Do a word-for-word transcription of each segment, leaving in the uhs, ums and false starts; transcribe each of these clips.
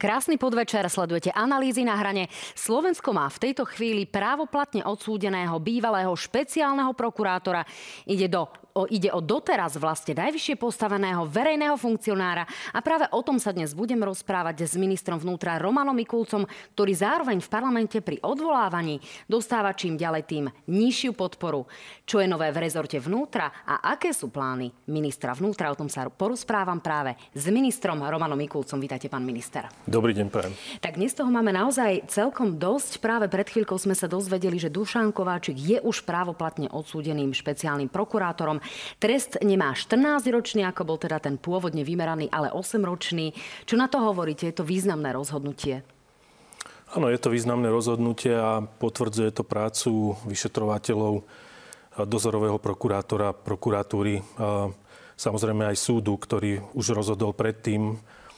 Krásny podvečer, sledujete Analýzy na hrane. Slovensko má v tejto chvíli právoplatne odsúdeného bývalého špeciálneho prokurátora. Ide do O, ide o doteraz vlastne najvyššie postaveného verejného funkcionára a práve o tom sa dnes budem rozprávať s ministrom vnútra Romanom Mikulcom, ktorý zároveň v parlamente pri odvolávaní dostáva čím ďalej tým nižšiu podporu. Čo je nové v rezorte vnútra a aké sú plány ministra vnútra, o tom sa porozprávam práve s ministrom Romanom Mikulcom. Vítajte, pán minister. Dobrý deň, pán. Tak dnes toho máme naozaj celkom dosť. Práve pred chvíľkou sme sa dozvedeli, že Dušan Kováčik je už právoplatne odsúdeným špeciálnym prokurátorom. Trest nemá štrnásťročný, ako bol teda ten pôvodne vymeraný, ale osemročný. Čo na to hovoríte? Je to významné rozhodnutie? Áno, je to významné rozhodnutie a potvrdzuje to prácu vyšetrovateľov, dozorového prokurátora, prokuratúry, samozrejme aj súdu, ktorý už rozhodol predtým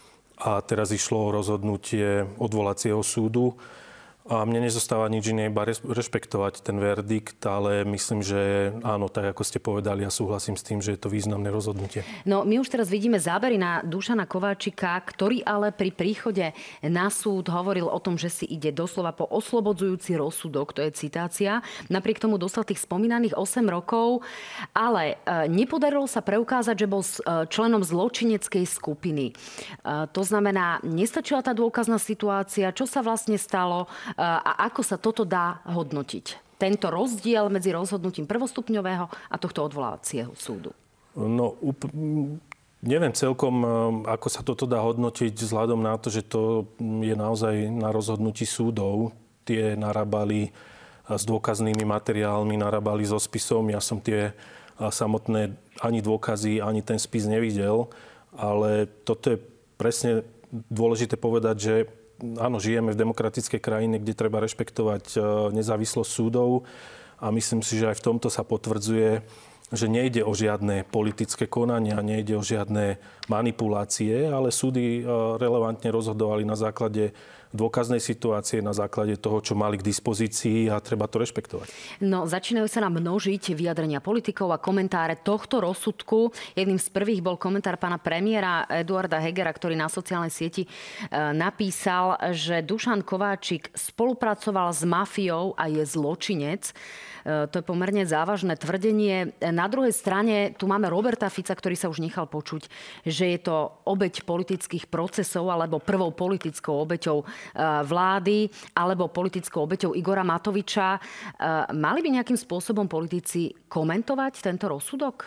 a teraz išlo o rozhodnutie odvolacieho súdu. A mne nezostáva nič iné, iba rešpektovať ten verdikt, ale myslím, že áno, tak ako ste povedali, ja súhlasím s tým, že je to významné rozhodnutie. No, my už teraz vidíme zábery na Dušana Kováčika, ktorý ale pri príchode na súd hovoril o tom, že si ide doslova po oslobodzujúci rozsudok, to je citácia. Napriek tomu dostal tých spomínaných osem rokov, ale nepodarilo sa preukázať, že bol členom zločineckej skupiny. To znamená, nestačila tá dôkazná situácia, čo sa vlastne stalo a ako sa toto dá hodnotiť? Tento rozdiel medzi rozhodnutím prvostupňového a tohto odvolávacieho súdu. No, up- neviem celkom, ako sa toto dá hodnotiť vzhľadom na to, že to je naozaj na rozhodnutí súdov. Tie narábali s dôkaznými materiálmi, narábali so spisom. Ja som tie samotné ani dôkazy, ani ten spis nevidel. Ale toto je presne dôležité povedať, že áno, žijeme v demokratickej krajine, kde treba rešpektovať nezávislosť súdov a myslím si, že aj v tomto sa potvrdzuje, že nejde o žiadne politické konania, nejde o žiadne manipulácie, ale súdy relevantne rozhodovali na základe dôkaznej situácie, na základe toho, čo mali k dispozícii a treba to rešpektovať. No, začínajú sa nám množiť vyjadrenia politikov a komentáre tohto rozsudku. Jedným z prvých bol komentár pána premiéra Eduarda Hegera, ktorý na sociálnej sieti napísal, že Dušan Kováčik spolupracoval s mafiou a je zločinec. To je pomerne závažné tvrdenie. Na druhej strane tu máme Roberta Fica, ktorý sa už nechal počuť, že je to obeť politických procesov alebo prvou politickou obeťou vlády alebo politickou obeťou Igora Matoviča. Mali by nejakým spôsobom politici komentovať tento rozsudok?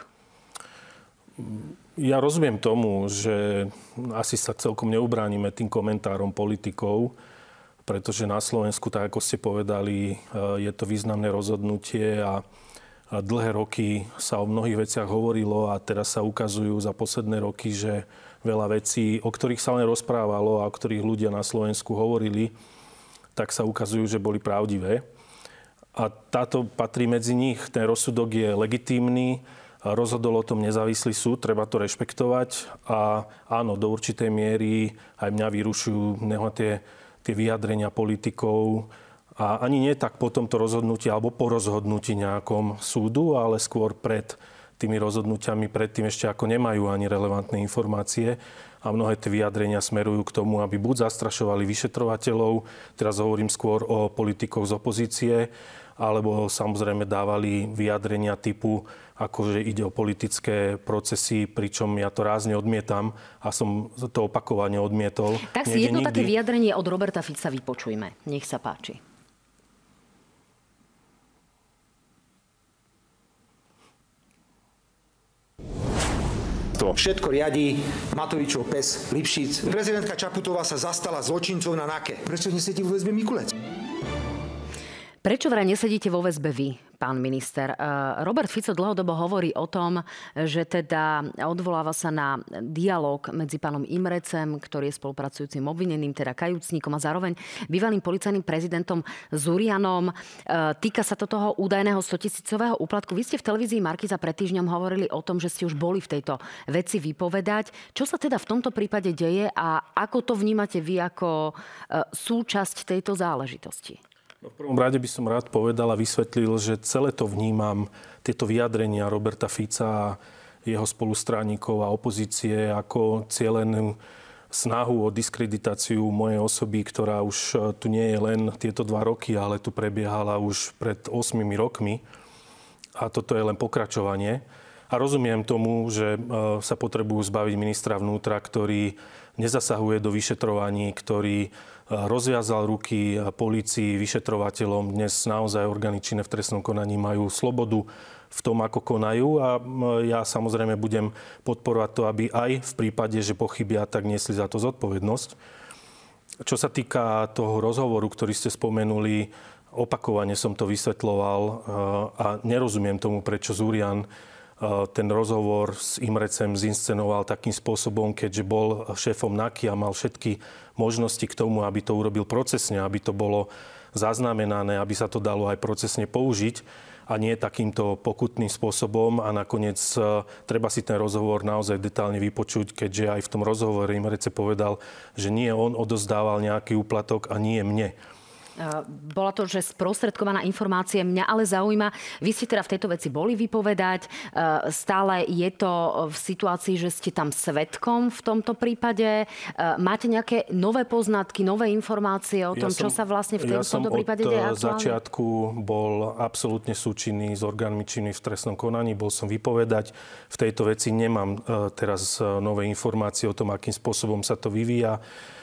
Ja rozumiem tomu, že asi sa celkom neubránime tým komentárom politikov, pretože na Slovensku, tak ako ste povedali, je to významné rozhodnutie a dlhé roky sa o mnohých veciach hovorilo a teraz sa ukazujú za posledné roky, že veľa vecí, o ktorých sa len rozprávalo a o ktorých ľudia na Slovensku hovorili, tak sa ukazujú, že boli pravdivé. A táto patrí medzi nich. Ten rozsudok je legitímny, rozhodol o tom nezávislý súd, treba to rešpektovať. A áno, do určitej miery aj mňa vyrušujú tie, tie vyjadrenia politikov. A ani nie tak po tomto rozhodnutí alebo po rozhodnutí nejakom súdu, ale skôr pred tými rozhodnutiami, predtým ešte ako nemajú ani relevantné informácie. A mnohé tie vyjadrenia smerujú k tomu, aby buď zastrašovali vyšetrovateľov, teraz hovorím skôr o politikoch z opozície, alebo samozrejme dávali vyjadrenia typu, akože ide o politické procesy, pričom ja to rázne odmietam a som to opakovane odmietol. Tak si jedno nikdy... také vyjadrenie od Roberta Fica vypočujme. Nech sa páči. Všetko riadí Matovičov pes Lipšic. Prezidentka Čaputová sa zastala zločincov na NAKE. Prečo nesedí vo väzbe Mikulec? Prečo vraj nesedíte vo väzbe vy, pán minister? Robert Fico dlhodobo hovorí o tom, že teda odvoláva sa na dialog medzi pánom Imrecem, ktorý je spolupracujúcim obvineným, teda kajúcníkom a zároveň bývalým policajným prezidentom Zurianom. Týka sa to toho údajného stotisícového úplatku. Vy ste v televízii Markíza pred týždňom hovorili o tom, že ste už boli v tejto veci vypovedať. Čo sa teda v tomto prípade deje a ako to vnímate vy ako súčasť tejto záležitosti? No, v prvom rade by som rád povedal a vysvetlil, že celé to vnímam, tieto vyjadrenia Roberta Fica a jeho spolustraníkov a opozície ako cielenú snahu o diskreditáciu mojej osoby, ktorá už tu nie je len tieto dva roky, ale tu prebiehala už pred ôsmimi rokmi. A toto je len pokračovanie. A rozumiem tomu, že sa potrebujú zbaviť ministra vnútra, ktorý nezasahuje do vyšetrovaní, ktorý rozviazal ruky polícii, vyšetrovateľom. Dnes naozaj orgány činné v trestnom konaní majú slobodu v tom, ako konajú, a ja samozrejme budem podporovať to, aby aj v prípade, že pochybia, tak niesli za to zodpovednosť. Čo sa týka toho rozhovoru, ktorý ste spomenuli, opakovane som to vysvetľoval a nerozumiem tomu, prečo Zurian ten rozhovor s Imrecem zinscenoval takým spôsobom, keďže bol šéfom NAKY a mal všetky možnosti k tomu, aby to urobil procesne, aby to bolo zaznamenané, aby sa to dalo aj procesne použiť a nie takýmto pokutným spôsobom. A nakoniec treba si ten rozhovor naozaj detálne vypočuť, keďže aj v tom rozhovore Imrece povedal, že nie on odozdával nejaký úplatok a nie mne. Bola to, že sprostredkovaná informácie. Mňa ale zaujíma, vy ste teda v tejto veci boli vypovedať. Stále je to v situácii, že ste tam svedkom v tomto prípade. Máte nejaké nové poznatky, nové informácie o tom, ja som, čo sa vlastne v, tém, ja v tomto prípade deje aktuálne? Ja som od začiatku bol absolútne súčinný s orgánmi činnými v trestnom konaní. Bol som vypovedať. V tejto veci nemám teraz nové informácie o tom, akým spôsobom sa to vyvíja.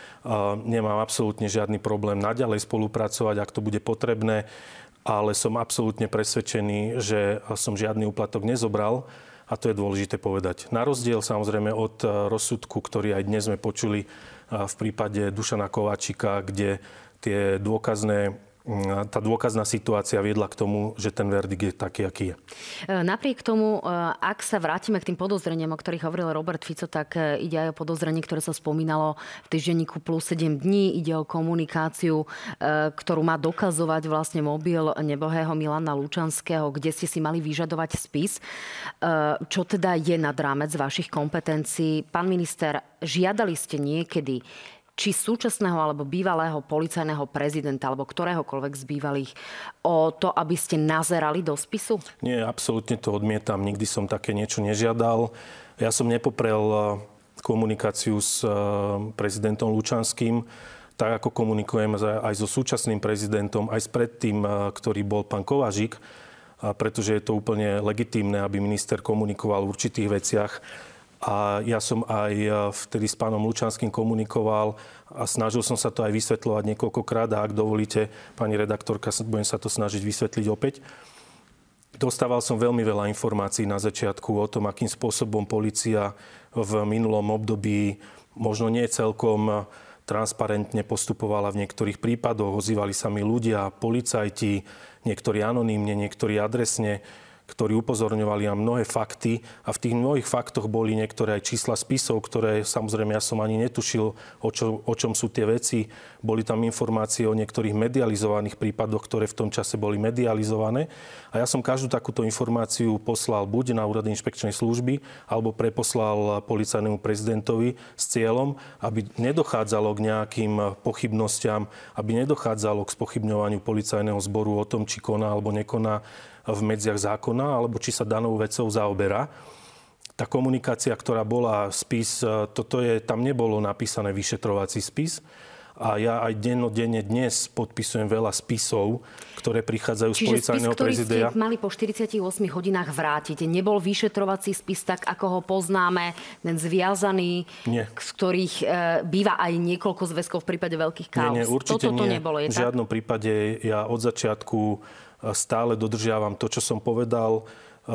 Nemám absolútne žiadny problém naďalej spolupracovať, ak to bude potrebné, ale som absolútne presvedčený, že som žiadny úplatok nezobral, a to je dôležité povedať. Na rozdiel samozrejme od rozsudku, ktorý aj dnes sme počuli v prípade Dušana Kováčika, kde tie dôkazné tá dôkazná situácia viedla k tomu, že ten verdikt je taký, aký je. Napriek tomu, ak sa vrátime k tým podozreniam, o ktorých hovoril Robert Fico, tak ide aj o podozrenie, ktoré sa spomínalo v týždenníku Plus sedem dní. Ide o komunikáciu, ktorú má dokazovať vlastne mobil nebohého Milana Lučanského, kde ste si mali vyžadovať spis. Čo teda je nad rámec vašich kompetencií? Pán minister, žiadali ste niekedy či súčasného alebo bývalého policajného prezidenta alebo ktoréhokoľvek z bývalých o to, aby ste nazerali do spisu? Nie, absolútne to odmietam. Nikdy som také niečo nežiadal. Ja som nepoprel komunikáciu s prezidentom Lučanským, tak ako komunikujem aj so súčasným prezidentom, aj s predtým, ktorý bol pán Kováčik, pretože je to úplne legitímne, aby minister komunikoval v určitých veciach. A ja som aj vtedy s pánom Lučanským komunikoval a snažil som sa to aj vysvetľovať niekoľkokrát. A ak dovolíte, pani redaktorka, budem sa to snažiť vysvetliť opäť. Dostával som veľmi veľa informácií na začiatku o tom, akým spôsobom polícia v minulom období možno nie celkom transparentne postupovala v niektorých prípadoch. Ozývali sa mi ľudia, policajti, niektorí anonymne, niektorí adresne, ktorí upozorňovali na mnohé fakty, a v tých mnohých faktoch boli niektoré aj čísla spisov, ktoré samozrejme ja som ani netušil, o, čo, o čom sú tie veci. Boli tam informácie o niektorých medializovaných prípadoch, ktoré v tom čase boli medializované. A ja som každú takúto informáciu poslal buď na úrad inšpekčnej služby, alebo preposlal policajnému prezidentovi s cieľom, aby nedochádzalo k nejakým pochybnostiam, aby nedochádzalo k spochybňovaniu policajného zboru o tom, či koná alebo nekoná v medziach zákona, alebo či sa danou vecou zaoberá. Tá komunikácia, ktorá bola, spis, toto je, tam nebolo napísané vyšetrovací spis. A ja aj dennodenne dnes podpisujem veľa spisov, ktoré prichádzajú z policajného prezídia. Čiže spis, ktorý ste mali po štyridsiatich ôsmich hodinách vrátiť, nebol vyšetrovací spis tak, ako ho poznáme, ten zviazaný, nie, z ktorých e, býva aj niekoľko zväzkov v prípade veľkých káuz. Nie, nie, určite Toto to nie. nebolo, je v žiadnom tak? prípade ja od začiatku stále dodržiavam to, čo som povedal.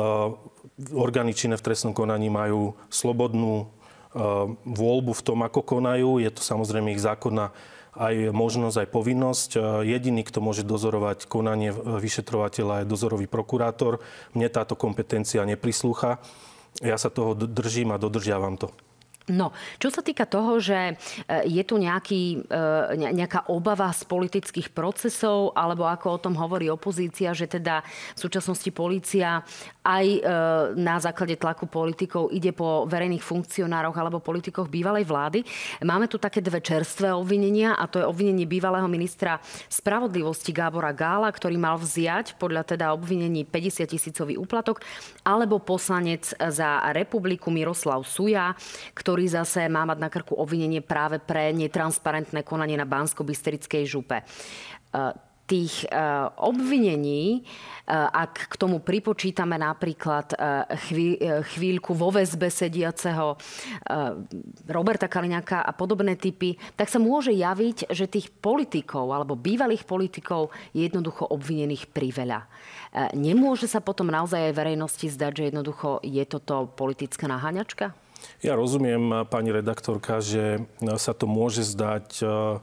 Orgány činné v trestnom konaní majú slobodnú voľbu v tom, ako konajú. Je to samozrejme ich zákonná aj možnosť, aj povinnosť. Jediný, kto môže dozorovať konanie vyšetrovateľa, je dozorový prokurátor. Mne táto kompetencia neprislúcha. Ja sa toho držím a dodržiavam to. No, čo sa týka toho, že je tu nejaký, nejaká obava z politických procesov, alebo ako o tom hovorí opozícia, že teda v súčasnosti polícia aj na základe tlaku politikov ide po verejných funkcionároch alebo politikoch bývalej vlády. Máme tu také dve čerstvé obvinenia, a to je obvinenie bývalého ministra spravodlivosti Gábora Gála, ktorý mal vziať podľa teda obvinení päťdesiattisícový úplatok, alebo poslanec za Republiku Miroslav Suja, ktorý ktorý zase má mať na krku obvinenie práve pre netransparentné konanie na Banskobystrickej župe. Tých obvinení, ak k tomu pripočítame napríklad chvíľku vo väzbe sediaceho Roberta Kaliňáka a podobné typy, tak sa môže javiť, že tých politikov alebo bývalých politikov je jednoducho obvinených priveľa. Nemôže sa potom naozaj aj verejnosti zdať, že jednoducho je toto politická naháňačka? Ja rozumiem, pani redaktorka, že sa to môže zdať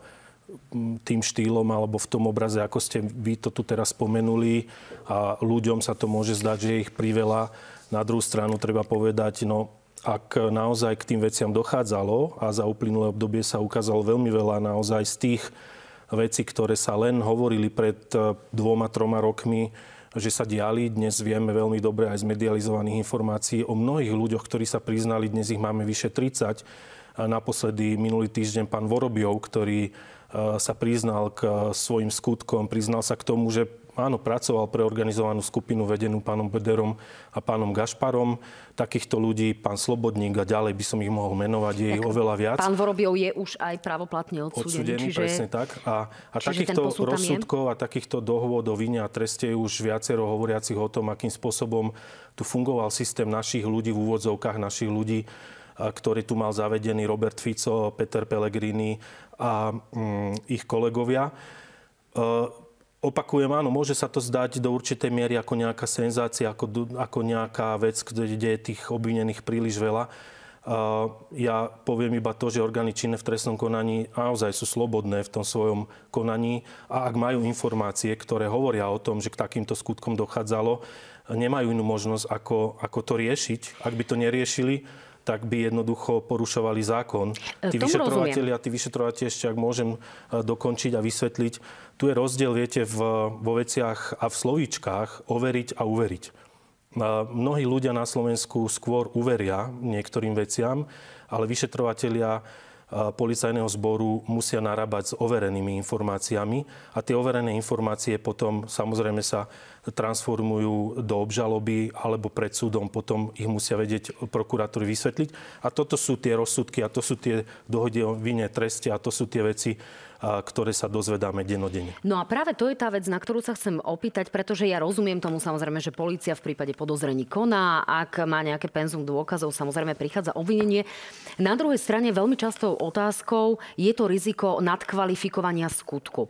tým štýlom alebo v tom obraze, ako ste vy to tu teraz spomenuli, a ľuďom sa to môže zdať, že je ich priveľa. Na druhú stranu treba povedať, no ak naozaj k tým veciam dochádzalo a za uplynulé obdobie sa ukázalo veľmi veľa naozaj z tých vecí, ktoré sa len hovorili pred dvoma, troma rokmi, že sa diali. Dnes vieme veľmi dobre aj z medializovaných informácií o mnohých ľuďoch, ktorí sa priznali, dnes ich máme vyše tridsať. A naposledy minulý týždeň pán Vorobiov, ktorý sa priznal k svojim skutkom, priznal sa k tomu, že áno, pracoval pre organizovanú skupinu vedenú pánom Bederom a pánom Gašparom. Takýchto ľudí, pán Slobodník a ďalej by som ich mohol menovať, je ich oveľa viac. Pán Vorobiov je už aj pravoplatne odsúdený. Odsúdený, čiže... presne tak. A, a takýchto rozsudkov a takýchto dohôd o vine a treste je už viacero hovoriacich o tom, akým spôsobom tu fungoval systém našich ľudí, v úvodzovkách našich ľudí, ktorý tu mal zavedený Robert Fico, Peter Pellegrini a um, ich kolegovia. Uh, opakujem, áno, môže sa to zdať do určitej miery ako nejaká senzácia, ako, ako nejaká vec, kde je tých obvinených príliš veľa. Uh, ja poviem iba to, že orgány činné v trestnom konaní naozaj sú slobodné v tom svojom konaní a ak majú informácie, ktoré hovoria o tom, že k takýmto skutkom dochádzalo, nemajú inú možnosť, ako, ako to riešiť. Ak by to neriešili, tak by jednoducho porušovali zákon. Tí vyšetrovatelia, tí vyšetrovatelia, ešte ak môžem dokončiť a vysvetliť, tu je rozdiel, viete, v, vo veciach a v slovíčkách overiť a uveriť. Mnohí ľudia na Slovensku skôr uveria niektorým veciam, ale vyšetrovatelia policajného zboru musia narábať s overenými informáciami a tie overené informácie potom samozrejme sa transformujú do obžaloby alebo pred súdom, potom ich musia vedieť prokurátori vysvetliť. A toto sú tie rozsudky a to sú tie dohody o vine, treste a to sú tie veci, ktoré sa dozvedáme dennodenne. No a práve to je tá vec, na ktorú sa chcem opýtať, pretože ja rozumiem tomu samozrejme, že polícia v prípade podozrení koná, ak má nejaké penzum dôkazov, samozrejme prichádza obvinenie. Na druhej strane veľmi častou otázkou je to riziko nadkvalifikovania skutku.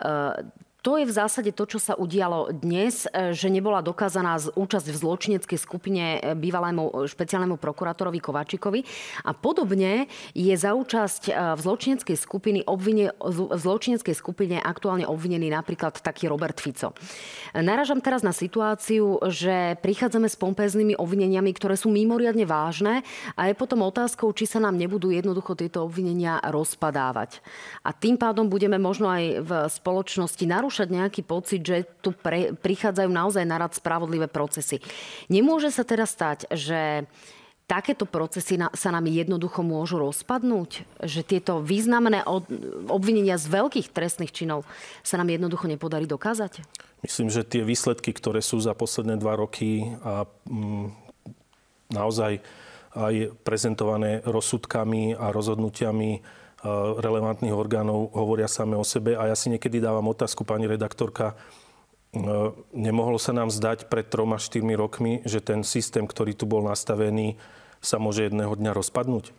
To je v zásade to, čo sa udialo dnes, že nebola dokázaná účasť v zločineckej skupine bývalému špeciálnemu prokurátorovi Kováčikovi. A podobne je za účasť v zločineckej skupine, obvine, v zločineckej skupine aktuálne obvinený napríklad taký Robert Fico. Narážam teraz na situáciu, že prichádzame s pompéznymi obvineniami, ktoré sú mimoriadne vážne a je potom otázkou, či sa nám nebudú jednoducho tieto obvinenia rozpadávať. A tým pádom budeme možno aj v spoločnosti narúšať nejaký pocit, že tu pre, prichádzajú naozaj na rad spravodlivé procesy. Nemôže sa teraz stať, že takéto procesy na, sa nám jednoducho môžu rozpadnúť? Že tieto významné od, obvinenia z veľkých trestných činov sa nám jednoducho nepodarí dokázať? Myslím, že tie výsledky, ktoré sú za posledné dva roky a mm, naozaj aj prezentované rozsudkami a rozhodnutiami relevantných orgánov hovoria same o sebe. A ja si niekedy dávam otázku, pani redaktorka, nemohlo sa nám zdať pred troma, štyrmi rokmi, že ten systém, ktorý tu bol nastavený, sa môže jedného dňa rozpadnúť?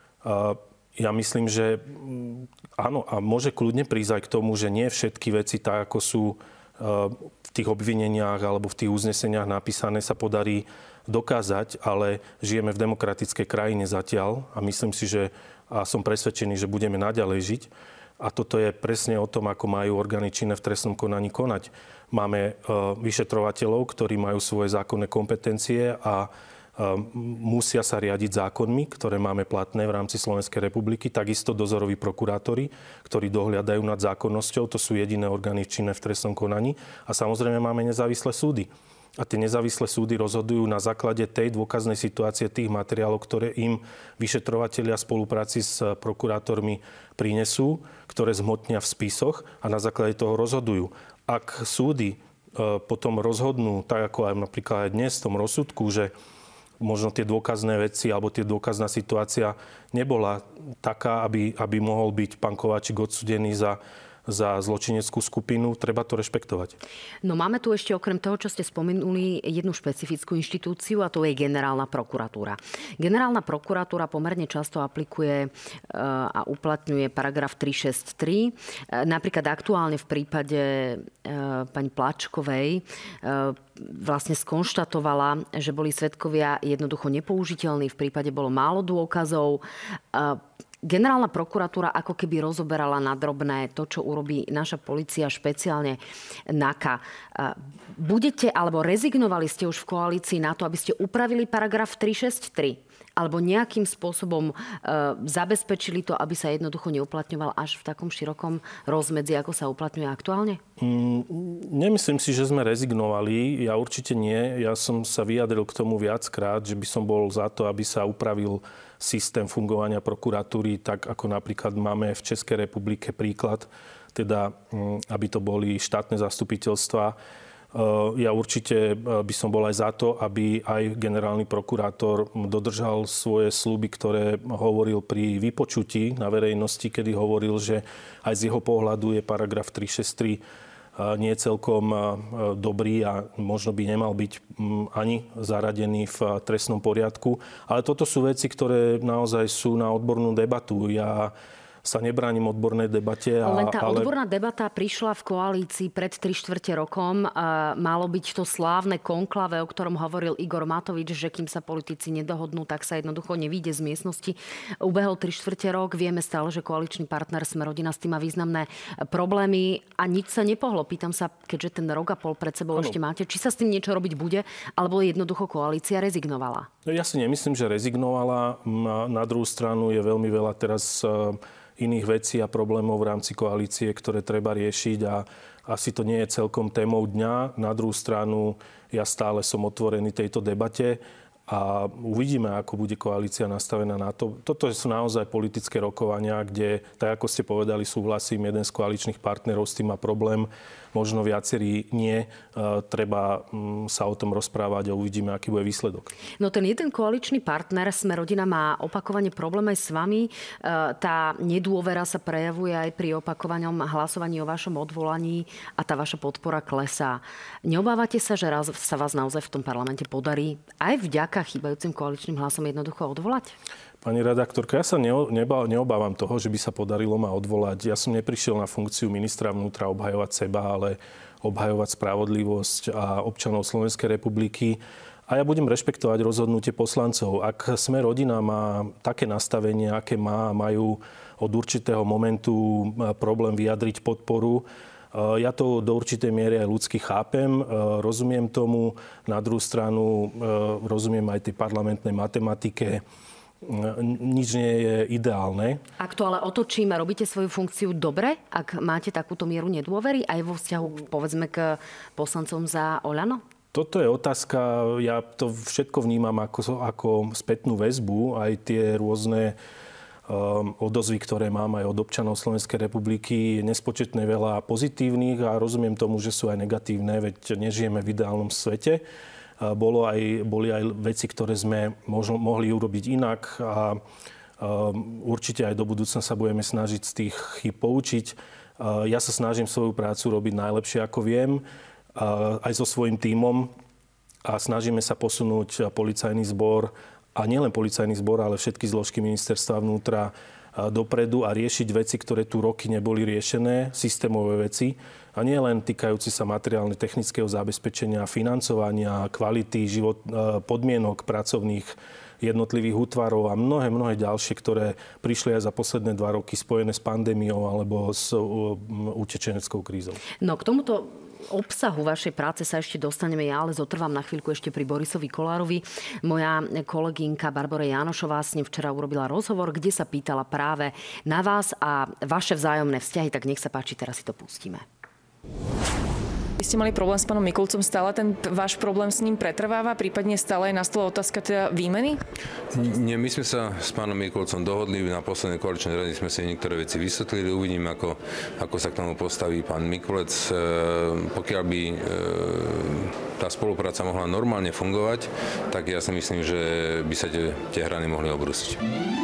Ja myslím, že áno, a môže kľudne prísť aj k tomu, že nie všetky veci, tak ako sú v tých obvineniach alebo v tých uzneseniach napísané, sa podarí dokázať, ale žijeme v demokratickej krajine zatiaľ a myslím si, že a som presvedčený, že budeme naďalej žiť. A toto je presne o tom, ako majú orgány činné v trestnom konaní konať. Máme vyšetrovateľov, ktorí majú svoje zákonné kompetencie a musia sa riadiť zákonmi, ktoré máme platné v rámci Slovenskej republiky. Takisto dozoroví prokurátori, ktorí dohliadajú nad zákonnosťou. To sú jediné orgány činné v trestnom konaní. A samozrejme máme nezávislé súdy. A tie nezávislé súdy rozhodujú na základe tej dôkaznej situácie tých materiálov, ktoré im vyšetrovatelia v spolupráci s prokurátormi prinesú, ktoré zhmotnia v spisoch a na základe toho rozhodujú. Ak súdy potom rozhodnú, tak ako aj napríklad aj dnes v tom rozsudku, že možno tie dôkazné veci alebo tie dôkazná situácia nebola taká, aby, aby mohol byť pán Kováčik odsúdený za za zločineckú skupinu, treba to rešpektovať. No máme tu ešte okrem toho, čo ste spomenuli, jednu špecifickú inštitúciu a to je Generálna prokuratúra. Generálna prokuratúra pomerne často aplikuje a uplatňuje paragraf tri šesť tri. Napríklad aktuálne v prípade pani Plačkovej vlastne skonštatovala, že boli svedkovia jednoducho nepoužiteľní, v prípade bolo málo dôkazov. Generálna prokuratúra ako keby rozoberala na drobné to, čo urobí naša polícia, špeciálne NAKA. Budete, alebo rezignovali ste už v koalícii na to, aby ste upravili paragraf tri šesť tri? Alebo nejakým spôsobom e, zabezpečili to, aby sa jednoducho neuplatňoval až v takom širokom rozmedzi, ako sa uplatňuje aktuálne? Mm, nemyslím si, že sme rezignovali. Ja určite nie. Ja som sa vyjadril k tomu viackrát, že by som bol za to, aby sa upravil systém fungovania prokuratúry, tak ako napríklad máme v Českej republike príklad, teda aby to boli štátne zastupiteľstvá. Ja určite by som bol aj za to, aby aj generálny prokurátor dodržal svoje sľuby, ktoré hovoril pri vypočutí na verejnosti, kedy hovoril, že aj z jeho pohľadu je paragraf tri šesť tri nie celkom dobrý a možno by nemal byť ani zaradený v trestnom poriadku. Ale toto sú veci, ktoré naozaj sú na odbornú debatu. Ja sa nebránim odbornej debate. A, Len tá ale... odborná debata prišla v koalícii pred tri štvrte rokom. A malo byť to slávne konklave, o ktorom hovoril Igor Matovič, že kým sa politici nedohodnú, tak sa jednoducho nevyjde z miestnosti. Ubehol tri štvrte rok. Vieme stále, že koaličný partner Smer-Rodina s tým má významné problémy a nič sa nepohlo. Pýtam sa, keďže ten rok a pol pred sebou ano. Ešte máte, či sa s tým niečo robiť bude, alebo jednoducho koalícia rezignovala? Ja si nemyslím, že rezignovala. Na druhú stranu je veľmi veľa teraz iných vecí a problémov v rámci koalície, ktoré treba riešiť a asi to nie je celkom témou dňa. Na druhú stranu ja stále som otvorený tejto debate a uvidíme, ako bude koalícia nastavená na to. Toto sú naozaj politické rokovania, kde, tak ako ste povedali, súhlasím, jeden z koaličných partnerov s tým má problém, možno viacerí nie. Treba sa o tom rozprávať a uvidíme, aký bude výsledok. No ten jeden koaličný partner Smer-Rodina má opakovane problém aj s vami. Tá nedôvera sa prejavuje aj pri opakovanom hlasovaní o vašom odvolaní a tá vaša podpora klesá. Neobávate sa, že raz sa vás naozaj v tom parlamente podarí aj vďaka chýbajúcim koaličným hlasom jednoducho odvolať? Pani redaktorka, ja sa neobávam toho, že by sa podarilo ma odvolať. Ja som neprišiel na funkciu ministra vnútra obhajovať seba, ale obhajovať spravodlivosť a občanov Slovenskej republiky. A ja budem rešpektovať rozhodnutie poslancov. Ak Smer-Rodina má také nastavenie, aké má, majú od určitého momentu problém vyjadriť podporu, ja to do určitej miery aj ľudsky chápem, rozumiem tomu. Na druhú stranu rozumiem aj tej parlamentnej matematike. Nič nie je ideálne. Ak to ale otočíme, robíte svoju funkciu dobre, ak máte takúto mieru nedôvery aj vo vzťahu, povedzme, k poslancom za Oľano? Toto je otázka, ja to všetko vnímam ako, ako spätnú väzbu, aj tie rôzne um, odozvy, ktoré mám aj od občanov Slovenskej republiky, je nespočetne veľa pozitívnych a rozumiem tomu, že sú aj negatívne, veď nežijeme v ideálnom svete. Bolo aj, boli aj veci, ktoré sme možno, mohli urobiť inak a um, určite aj do budúcna sa budeme snažiť z tých chýb poučiť. Uh, ja sa snažím svoju prácu robiť najlepšie, ako viem, uh, aj so svojím tímom a snažíme sa posunúť policajný zbor a nielen policajný zbor, ale všetky zložky ministerstva vnútra dopredu a riešiť veci, ktoré tu roky neboli riešené, systémové veci. A nie len týkajúci sa materiálne-technického zabezpečenia, financovania, kvality, život, podmienok pracovných jednotlivých útvarov a mnohé, mnohé ďalšie, ktoré prišli aj za posledné dva roky spojené s pandémiou alebo s utečeneckou krízou. No k tomuto obsahu vašej práce sa ešte dostaneme, ja ale zotrvám na chvíľku ešte pri Borisovi Kollárovi. Moja kolegynka Barbora Jánošová s ním včera urobila rozhovor, kde sa pýtala práve na vás a vaše vzájomné vzťahy, tak nech sa páči, teraz si to pustíme. Vy ste mali problém s pánom Mikulcom, stále ten váš problém s ním pretrváva, prípadne stále je na stole otázka teda výmeny? Nie, my sme sa s pánom Mikulcom dohodli, na poslednej koaličnej rade sme si niektoré veci vysvetlili, uvidím, ako, ako sa k tomu postaví pán Mikulec. Pokiaľ by tá spolupráca mohla normálne fungovať, tak ja si myslím, že by sa tie, tie hrany mohli obrúsiť.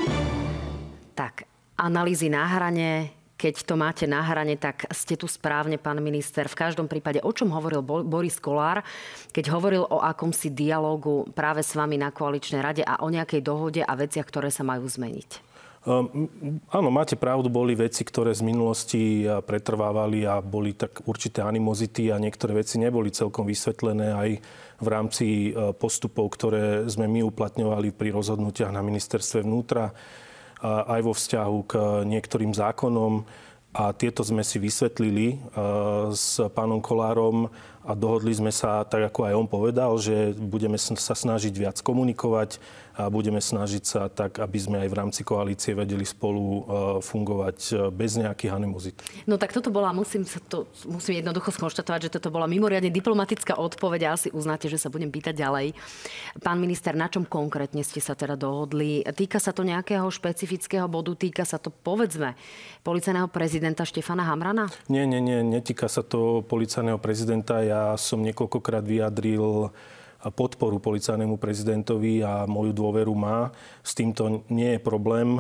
Tak, analýzy na hrane. Keď to máte na hrane, tak ste tu správne, pán minister. V každom prípade, o čom hovoril Boris Kollár, keď hovoril o akomsi dialógu práve s vami na koaličnej rade a o nejakej dohode a veciach, ktoré sa majú zmeniť? Um, áno, máte pravdu, boli veci, ktoré z minulosti pretrvávali a boli tak určité animozity a niektoré veci neboli celkom vysvetlené aj v rámci postupov, ktoré sme my uplatňovali pri rozhodnutiach na ministerstve vnútra, aj vo vzťahu k niektorým zákonom. A tieto sme si vysvetlili s pánom Kollárom a dohodli sme sa, tak ako aj on povedal, že budeme sa snažiť viac komunikovať a budeme snažiť sa tak, aby sme aj v rámci koalície vedeli spolu fungovať bez nejakých animozít. No tak toto bola, musím, sa to, musím jednoducho skonštatovať, že toto bola mimoriadne diplomatická odpoveď a asi uznáte, že sa budem pýtať ďalej. Pán minister, na čom konkrétne ste sa teda dohodli? Týka sa to nejakého špecifického bodu? Týka sa to, povedzme, policajného prezidenta Štefana Hamrana? Nie, nie, nie, netýka sa to policajného prezidenta. Ja som niekoľkokrát vyjadril podporu policajnému prezidentovi a moju dôveru má. S týmto nie je problém.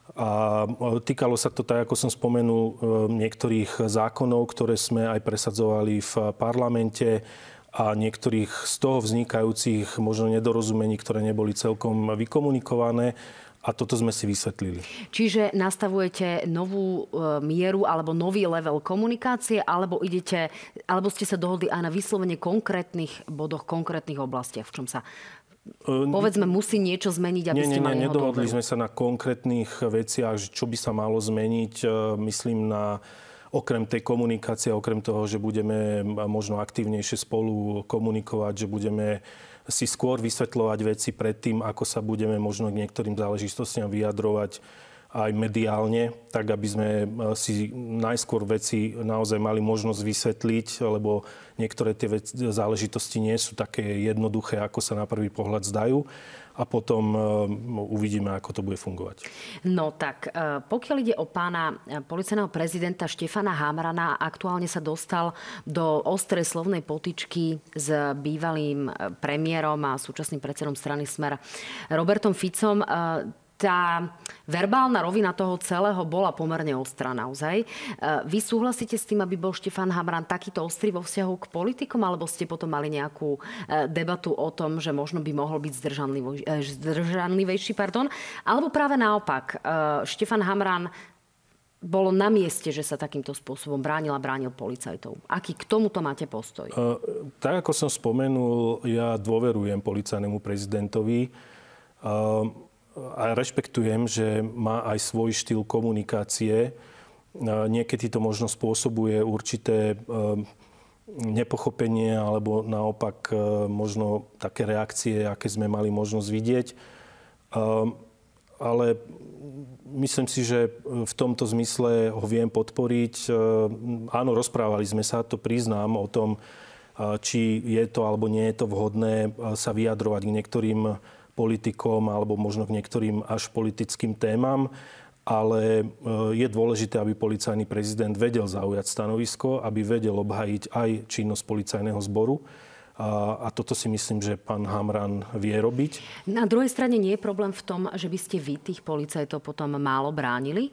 A týkalo sa to, tak ako som spomenul, niektorých zákonov, ktoré sme aj presadzovali v parlamente a niektorých z toho vznikajúcich možno nedorozumení, ktoré neboli celkom vykomunikované. A toto sme si vysvetlili. Čiže nastavujete novú e, mieru alebo nový level komunikácie, alebo idete, alebo ste sa dohodli aj na vyslovene konkrétnych bodoch, konkrétnych oblastiach, v čom sa, povedzme, musí niečo zmeniť, aby nie, ste nie, mali nie, jeho nedohodli dôveru? sme sa na konkrétnych veciach, čo by sa malo zmeniť. Myslím na okrem tej komunikácie, okrem toho, že budeme možno aktívnejšie spolu komunikovať, že budeme si skôr vysvetľovať veci pred tým, ako sa budeme možno k niektorým záležitostiam vyjadrovať aj mediálne, tak aby sme si najskôr veci naozaj mali možnosť vysvetliť, lebo niektoré tie veci, záležitosti nie sú také jednoduché, ako sa na prvý pohľad zdajú. A potom uvidíme, ako to bude fungovať. No tak, pokiaľ ide o pána policajného prezidenta Štefana Hamrana, aktuálne sa dostal do ostrej slovnej potyčky s bývalým premiérom a súčasným predsedom strany Smer Robertom Ficom. Tá verbálna rovina toho celého bola pomerne ostrá naozaj. Vy súhlasíte s tým, aby bol Štefan Hamran takýto ostrý vo vzťahu k politikom, alebo ste potom mali nejakú debatu o tom, že možno by mohol byť zdržanlivejší, pardon? Alebo práve naopak, Štefan Hamran bolo na mieste, že sa takýmto spôsobom bránil a bránil policajtov. Aký k tomuto máte postoj? Uh, tak, ako som spomenul, ja dôverujem policajnému prezidentovi. Uh, A rešpektujem, že má aj svoj štýl komunikácie. Niekedy to možno spôsobuje určité nepochopenie alebo naopak možno také reakcie, aké sme mali možnosť vidieť. Ale myslím si, že v tomto zmysle ho viem podporiť. Áno, rozprávali sme sa, to priznám, o tom, či je to alebo nie je to vhodné sa vyjadrovať k niektorým politikom alebo možno k niektorým až politickým témam, ale je dôležité, aby policajný prezident vedel zaujať stanovisko, aby vedel obhájiť aj činnosť policajného zboru. A, a toto si myslím, že pán Hamran vie robiť. Na druhej strane nie je problém v tom, že by ste vy tých policajtov potom málo bránili?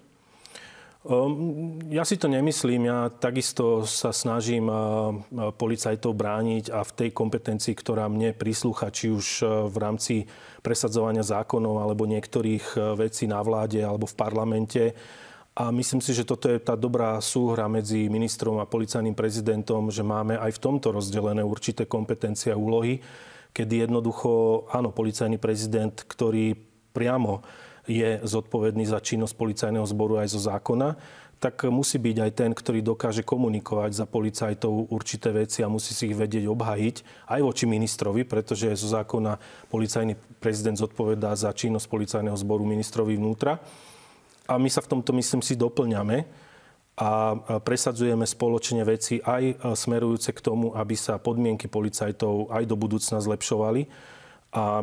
Ja si to nemyslím. Ja takisto sa snažím policajtov brániť a v tej kompetencii, ktorá mne prislúcha, či už v rámci presadzovania zákonov alebo niektorých vecí na vláde alebo v parlamente. A myslím si, že toto je tá dobrá súhra medzi ministrom a policajným prezidentom, že máme aj v tomto rozdelené určité kompetencie a úlohy, kedy jednoducho, áno, policajný prezident, ktorý priamo je zodpovedný za činnosť policajného zboru aj zo zákona, tak musí byť aj ten, ktorý dokáže komunikovať za policajtov určité veci a musí si ich vedieť obhájiť aj voči ministrovi, pretože zo zákona policajný prezident zodpovedá za činnosť policajného zboru ministrovi vnútra. A my sa v tomto, myslím si, doplňame. a presadzujeme spoločne veci aj smerujúce k tomu, aby sa podmienky policajtov aj do budúcna zlepšovali. A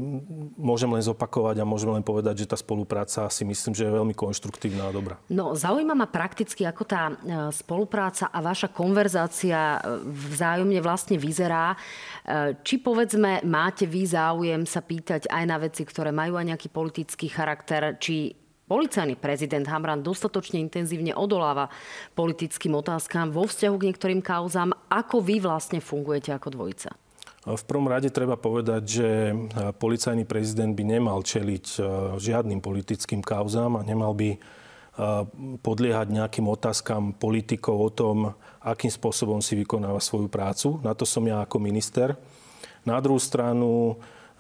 môžem len zopakovať a môžem len povedať, že tá spolupráca si myslím, že je veľmi konštruktívna a dobrá. No, zaujíma ma prakticky, ako tá spolupráca a vaša konverzácia vzájomne vlastne vyzerá. Či povedzme, máte vy záujem sa pýtať aj na veci, ktoré majú aj nejaký politický charakter, či policajný prezident Hamran dostatočne intenzívne odoláva politickým otázkam vo vzťahu k niektorým kauzám. Ako vy vlastne fungujete ako dvojica? V prvom rade treba povedať, že policajný prezident by nemal čeliť žiadnym politickým kauzám a nemal by podliehať nejakým otázkam politikov o tom, akým spôsobom si vykonáva svoju prácu. Na to som ja ako minister. Na druhú stranu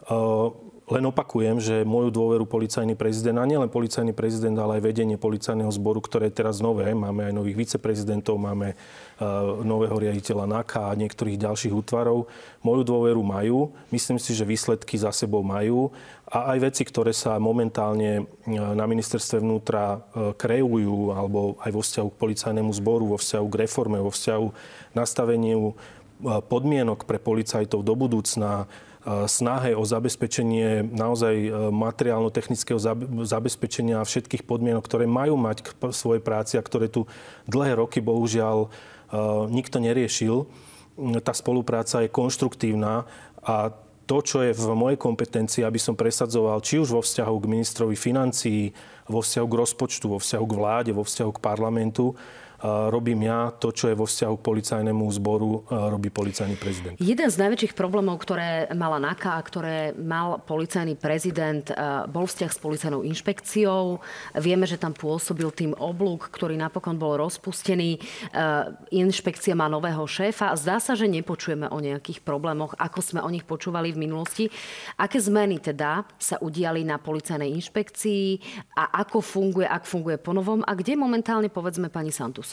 len opakujem, že moju dôveru policajný prezident, a nielen policajný prezident, ale aj vedenie policajného zboru, ktoré je teraz nové, máme aj nových viceprezidentov, máme nového riaditeľa NAKA a niektorých ďalších útvarov, moju dôveru majú. Myslím si, že výsledky za sebou majú. A aj veci, ktoré sa momentálne na ministerstve vnútra kreujú, alebo aj vo vzťahu k policajnému zboru, vo vzťahu k reforme, vo vzťahu k nastaveniu podmienok pre policajtov do budúcna, snahe o zabezpečenie naozaj materiálno-technického zabezpečenia všetkých podmienok, ktoré majú mať k svojej práci a ktoré tu dlhé roky bohužiaľ nikto neriešil. Tá spolupráca je konštruktívna a to, čo je v mojej kompetencii, aby som presadzoval či už vo vzťahu k ministrovi financií, vo vzťahu k rozpočtu, vo vzťahu k vláde, vo vzťahu k parlamentu, robím ja, to, čo je vo vzťahu k policajnému zboru, robí policajný prezident. Jeden z najväčších problémov, ktoré mala NAKA a ktoré mal policajný prezident, bol vzťah s policajnou inšpekciou. Vieme, že tam pôsobil tým Oblúk, ktorý napokon bol rozpustený. Inšpekcia má nového šéfa. Zdá sa, že nepočujeme o nejakých problémoch, ako sme o nich počúvali v minulosti. Aké zmeny teda sa udiali na policajnej inšpekcii a ako funguje, ak funguje ponovom a kde momentálne, povedzme, pani Santus?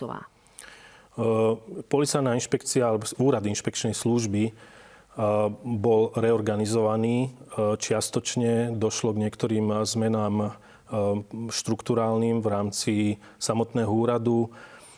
Policajná inšpekcia alebo úrad inšpekčnej služby bol reorganizovaný. Čiastočne došlo k niektorým zmenám štrukturálnym v rámci samotného úradu.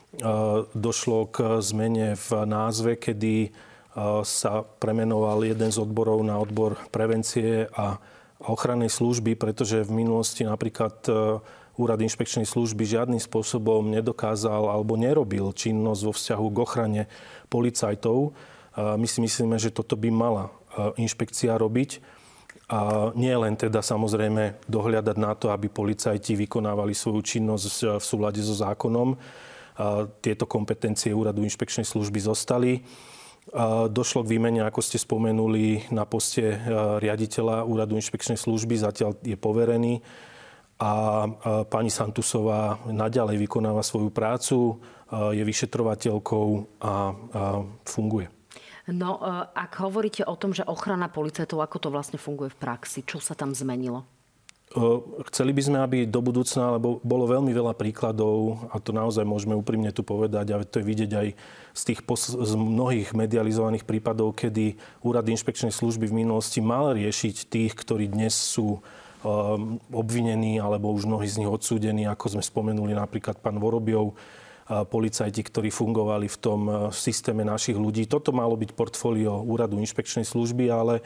Došlo k zmene v názve, kedy sa premenoval jeden z odborov na odbor prevencie a ochrannej služby, pretože v minulosti napríklad Úrad inšpekčnej služby žiadnym spôsobom nedokázal alebo nerobil činnosť vo vzťahu k ochrane policajtov. My si myslíme, že toto by mala inšpekcia robiť. A nie len teda samozrejme dohliadať na to, aby policajti vykonávali svoju činnosť v súlade so zákonom. Tieto kompetencie Úradu inšpekčnej služby zostali. Došlo k výmene, ako ste spomenuli, na poste riaditeľa Úradu inšpekčnej služby. Zatiaľ je poverený. A pani Santusová naďalej vykonáva svoju prácu, je vyšetrovateľkou a funguje. No, ak hovoríte o tom, že ochrana policajtov, ako to vlastne funguje v praxi? Čo sa tam zmenilo? Chceli by sme, aby do budúcna, lebo bolo veľmi veľa príkladov, a to naozaj môžeme úprimne tu povedať, a to je vidieť aj z tých pos- z mnohých medializovaných prípadov, kedy Úrad inšpekčnej služby v minulosti mal riešiť tých, ktorí dnes sú obvinení, alebo už mnohí z nich odsúdení, ako sme spomenuli napríklad pán Vorobiov, policajti, ktorí fungovali v tom systéme našich ľudí. Toto malo byť portfólio Úradu inšpekčnej služby, ale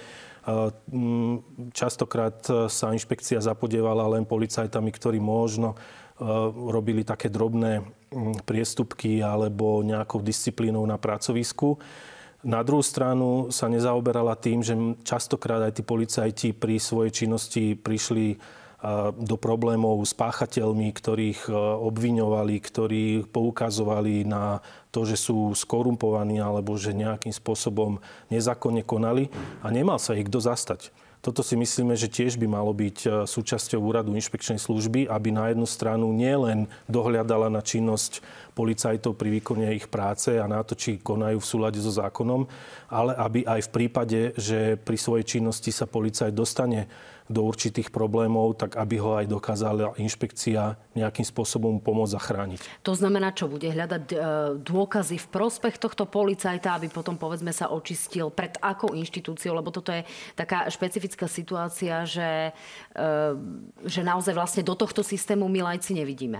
častokrát sa inšpekcia zapodievala len policajtami, ktorí možno robili také drobné priestupky alebo nejakou disciplínou na pracovisku. Na druhú stranu sa nezaoberala tým, že častokrát aj tí policajti pri svojej činnosti prišli do problémov s páchateľmi, ktorých obviňovali, ktorí poukazovali na to, že sú skorumpovaní alebo že nejakým spôsobom nezákonne konali a nemal sa ich kto zastať. Toto si myslíme, že tiež by malo byť súčasťou Úradu inšpekčnej služby, aby na jednu stranu nielen dohliadala na činnosť policajtov pri výkone ich práce a na to, či konajú v súlade so zákonom, ale aby aj v prípade, že pri svojej činnosti sa policajt dostane do určitých problémov, tak aby ho aj dokázala inšpekcia nejakým spôsobom pomôcť zachrániť. To znamená, čo bude hľadať dôkazy v prospech tohto policajta, aby potom, povedzme, sa očistil pred akou inštitúciou, lebo toto je taká špecifická situácia, že, že naozaj vlastne do tohto systému my laici nevidíme.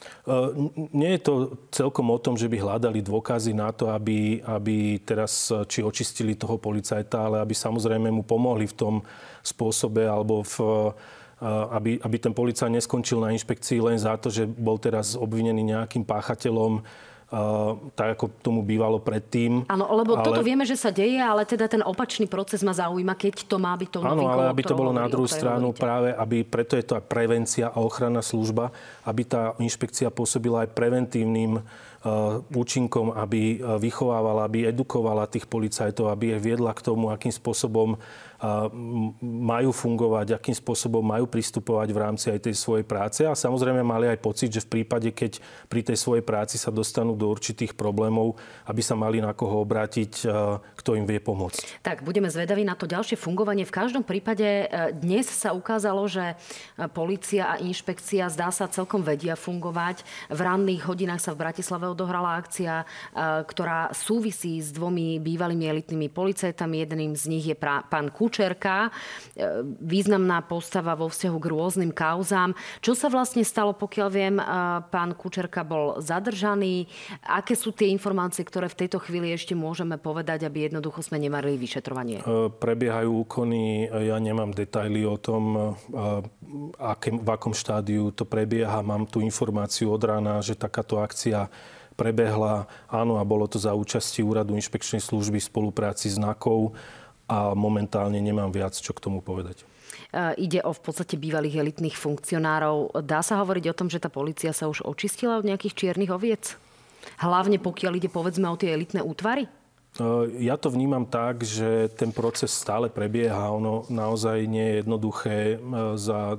Nie je to celkom o tom, že by hľadali dôkazy na to, aby, aby teraz či očistili toho policajta, ale aby samozrejme mu pomohli v tom spôsobe, alebo v, aby, aby ten policajt neskončil na inšpekcii len za to, že bol teraz obvinený nejakým páchateľom, Uh, tak ako tomu bývalo predtým. Áno, lebo ale... toto vieme, že sa deje, ale teda ten opačný proces ma zaujíma, keď to má byť tou novinkou. Áno, ale aby to bolo hovorí, na druhú stranu hovoríte. Práve, aby, preto je to aj prevencia a ochranná služba, aby tá inšpekcia pôsobila aj preventívnym uh, účinkom, aby uh, vychovávala, aby edukovala tých policajtov, aby ich viedla k tomu, akým spôsobom uh, majú fungovať, akým spôsobom majú pristupovať v rámci aj tej svojej práce. A samozrejme mali aj pocit, že v prípade, keď pri tej svojej práci sa dostanú do určitých problémov, aby sa mali na koho obrátiť, kto im vie pomôcť. Tak, budeme zvedaví na to ďalšie fungovanie. V každom prípade dnes sa ukázalo, že polícia a inšpekcia zdá sa celkom vedia fungovať. V ranných hodinách sa v Bratislave odohrala akcia, ktorá súvisí s dvomi bývalými elitnými policajtami. Jedným z nich je pán Kučerka, významná postava vo vzťahu k rôznym kauzám. Čo sa vlastne stalo, pokiaľ viem, pán Kučerka bol zadržaný. Aké sú tie informácie, ktoré v tejto chvíli ešte môžeme povedať, aby jednoducho sme nemali vyšetrovanie? Prebiehajú úkony, ja nemám detaily o tom, aké, v akom štádiu to prebieha. Mám tu informáciu od rána, že takáto akcia prebehla. Áno, a bolo to za účasti Úradu inšpekčnej služby v spolupráci s NAKou a momentálne nemám viac, čo k tomu povedať. Ide o v podstate bývalých elitných funkcionárov. Dá sa hovoriť o tom, že tá polícia sa už očistila od nejakých čiernych oviec? Hlavne pokiaľ ide, povedzme, o tie elitné útvary? Ja to vnímam tak, že ten proces stále prebieha. Ono naozaj nie je jednoduché za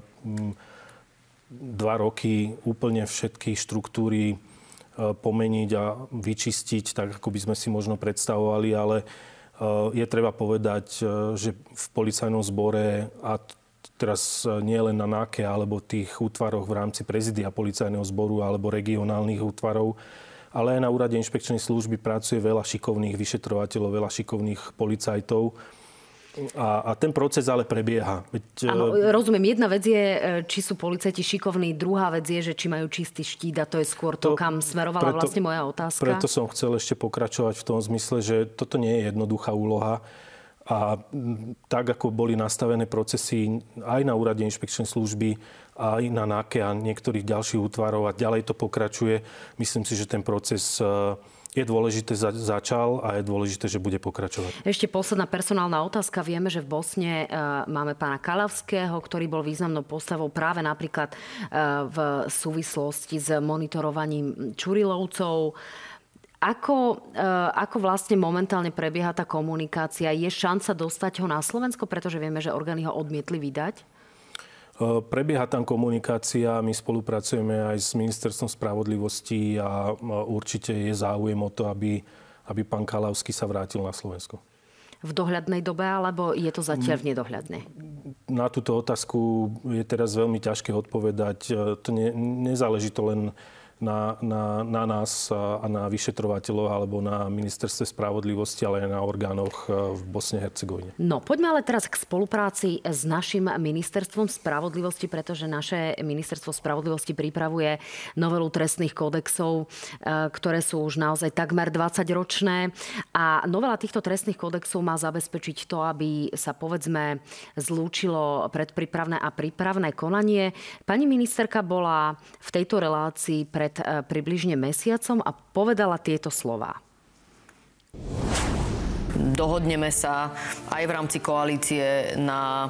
dva roky úplne všetky štruktúry pomeniť a vyčistiť, tak ako by sme si možno predstavovali, ale je treba povedať, že v policajnom zbore a teraz nie len na NAKE alebo tých útvaroch v rámci prezidia policajného zboru alebo regionálnych útvarov, ale aj na Úrade inšpekčnej služby pracuje veľa šikovných vyšetrovateľov, veľa šikovných policajtov. A, a ten proces ale prebieha. Veď, Áno, rozumiem. Jedna vec je, či sú policajti šikovní. Druhá vec je, že či majú čistý štít. A to je skôr to, to kam smerovala preto, vlastne moja otázka. Preto som chcel ešte pokračovať v tom zmysle, že toto nie je jednoduchá úloha. A tak, ako boli nastavené procesy aj na Úrade inšpekčnej služby, aj na NAKE a niektorých ďalších útvarov a ďalej to pokračuje, myslím si, že ten proces je dôležité, začal a je dôležité, že bude pokračovať. Ešte posledná personálna otázka. Vieme, že v Bosne máme pána Kalavského, ktorý bol významnou postavou práve napríklad v súvislosti s monitorovaním Čurilovcov. Ako, ako vlastne momentálne prebieha tá komunikácia? Je šanca dostať ho na Slovensko, pretože vieme, že orgány ho odmietli vydať? Prebieha tam komunikácia, my spolupracujeme aj s Ministerstvom spravodlivosti a určite je záujem o to, aby, aby pán Kalavský sa vrátil na Slovensko. V dohľadnej dobe, alebo je to zatiaľ v nedohľadnej? Na túto otázku je teraz veľmi ťažké odpovedať. To ne, nezáleží to len Na, na, na nás a na vyšetrovateľov alebo na ministerstve spravodlivosti, ale aj na orgánoch v Bosne a Hercegovine. No, poďme ale teraz k spolupráci s našim ministerstvom spravodlivosti, pretože naše ministerstvo spravodlivosti pripravuje novelu trestných kódexov, ktoré sú už naozaj takmer dvadsaťročné. A novela týchto trestných kódexov má zabezpečiť to, aby sa, povedzme, zlúčilo predprípravné a prípravné konanie. Pani ministerka bola v tejto relácii pre pred približne mesiacom a povedala tieto slová. Dohodneme sa aj v rámci koalície na